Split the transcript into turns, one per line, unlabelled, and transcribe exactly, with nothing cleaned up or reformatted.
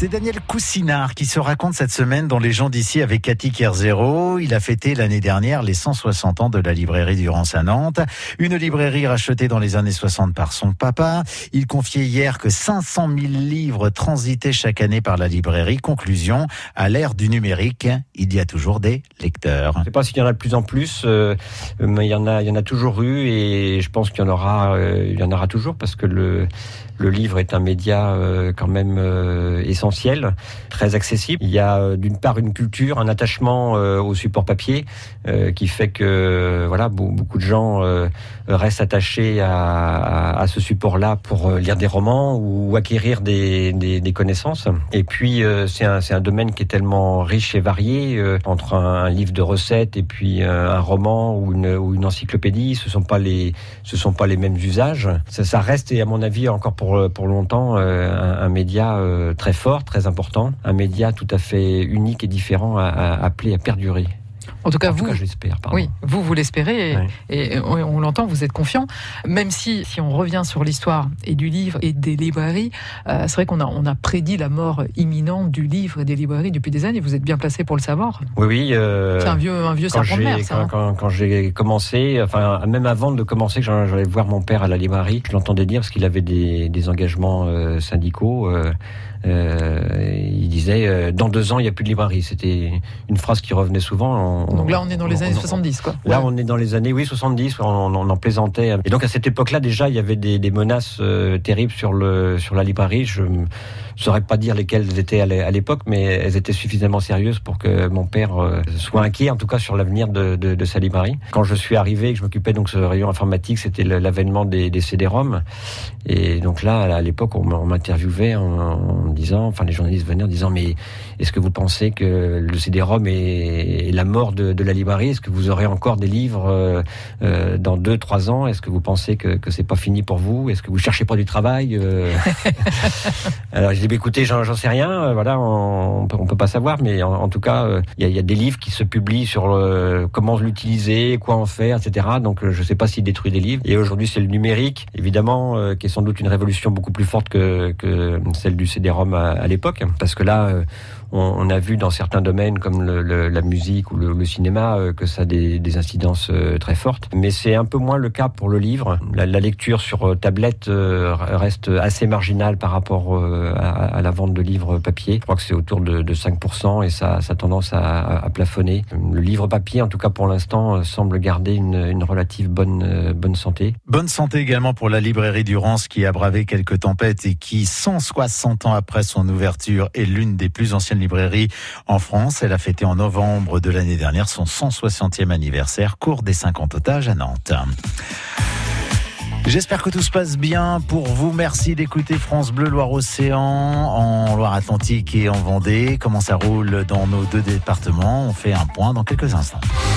C'est Daniel Coussinard qui se raconte cette semaine dans Les gens d'ici avec Cathy Kerzero. Il a fêté l'année dernière les cent soixante ans de la librairie Durance à Nantes. Une librairie rachetée dans les années soixante par son papa. Il confiait hier que cinq cent mille livres transitaient chaque année par la librairie. Conclusion, à l'ère du numérique, il y a toujours des lecteurs.
Je ne sais pas s'il y en a de plus en plus, euh, mais il y en a, il y en a toujours eu et je pense qu'il y en aura, euh, il y en aura toujours parce que le, le livre est un média euh, quand même euh, essentiel, très accessible. Il y a euh, d'une part une culture, un attachement euh, au support papier euh, qui fait que euh, voilà beaucoup de gens euh, restent attachés à, à, à ce support-là pour euh, lire des romans ou acquérir des, des, des connaissances. Et puis euh, c'est un, c'est un domaine qui est tellement riche et varié euh, entre un, un livre de recettes et puis euh, un roman ou une, ou une encyclopédie. Ce sont pas les, ce sont pas les mêmes usages. Ça, ça reste, et à mon avis encore pour pour longtemps, euh, un, un média euh, très fort, très important, un média tout à fait unique et différent à, à appelé à perdurer.
En tout cas,
en
vous,
tout cas, je l'espère. Pardon.
Oui, vous, vous l'espérez, et,
ouais.
et on, on l'entend, vous êtes confiant. Même si, si on revient sur l'histoire et du livre et des librairies, euh, c'est vrai qu'on a, on a prédit la mort imminente du livre et des librairies depuis des années. Vous êtes bien placé pour le savoir.
Oui, oui. Euh,
c'est un vieux, un vieux serpent de mer, ça.
Quand,
hein.
quand, quand j'ai commencé, enfin, même avant de commencer, que j'allais voir mon père à la librairie, je l'entendais dire parce qu'il avait des, des engagements euh, syndicaux. Euh, Euh, il disait euh, dans deux ans il n'y a plus de librairie. C'était une phrase qui revenait souvent. On,
donc là on est dans les
on,
années
on,
soixante-dix quoi.
Là
ouais.
on est dans les années oui soixante-dix. On, on, on en plaisantait. Et donc à cette époque-là déjà il y avait des, des menaces euh, terribles sur le sur la librairie. Je ne saurais pas dire lesquelles elles étaient à l'époque, mais elles étaient suffisamment sérieuses pour que mon père euh, soit inquiet en tout cas sur l'avenir de, de, de sa librairie. Quand je suis arrivé et que je m'occupais donc ce rayon informatique, c'était l'avènement des, des C D-ROM. Et donc là à l'époque on, on m'interviewait en, en disant, enfin les journalistes venaient en disant mais est-ce que vous pensez que le C D-ROM est, est la mort de, de la librairie? Est-ce que vous aurez encore des livres euh, euh, dans deux, trois ans? Est-ce que vous pensez que, que c'est pas fini pour vous? Est-ce que vous cherchez pas du travail? euh... Alors j'ai dit écoutez, j'en, j'en sais rien, euh, voilà, on, on peut pas savoir, mais en, en tout cas il euh, y, y a des livres qui se publient sur le, comment l'utiliser, quoi en faire, et cetera. Donc euh, je sais pas s'il détruit des livres. Et aujourd'hui c'est le numérique, évidemment, euh, qui est sans doute une révolution beaucoup plus forte que, que celle du C D-ROM à, à l'époque, parce que là euh, on, on a vu dans certains domaines comme le, le, la musique ou le, le cinéma euh, que ça a des, des incidences euh, très fortes, mais c'est un peu moins le cas pour le livre. La, la lecture sur euh, tablette euh, reste assez marginale par rapport euh, à, à la vente de livres papier. Je crois que c'est autour de, de cinq pour cent et ça, ça a tendance à, à plafonner. Le livre papier, en tout cas pour l'instant, semble garder une, une relative bonne, euh, bonne santé.
Bonne santé également pour la librairie Durance qui a bravé quelques tempêtes et qui, cent soixante ans après son ouverture, est l'une des plus anciennes librairies en France. Elle a fêté en novembre de l'année dernière son cent soixantième anniversaire, cours des cinquante otages à Nantes. J'espère que tout se passe bien pour vous. Merci d'écouter France Bleu Loire-Océan en Loire-Atlantique et en Vendée. Comment ça roule dans nos deux départements? On fait un point dans quelques instants.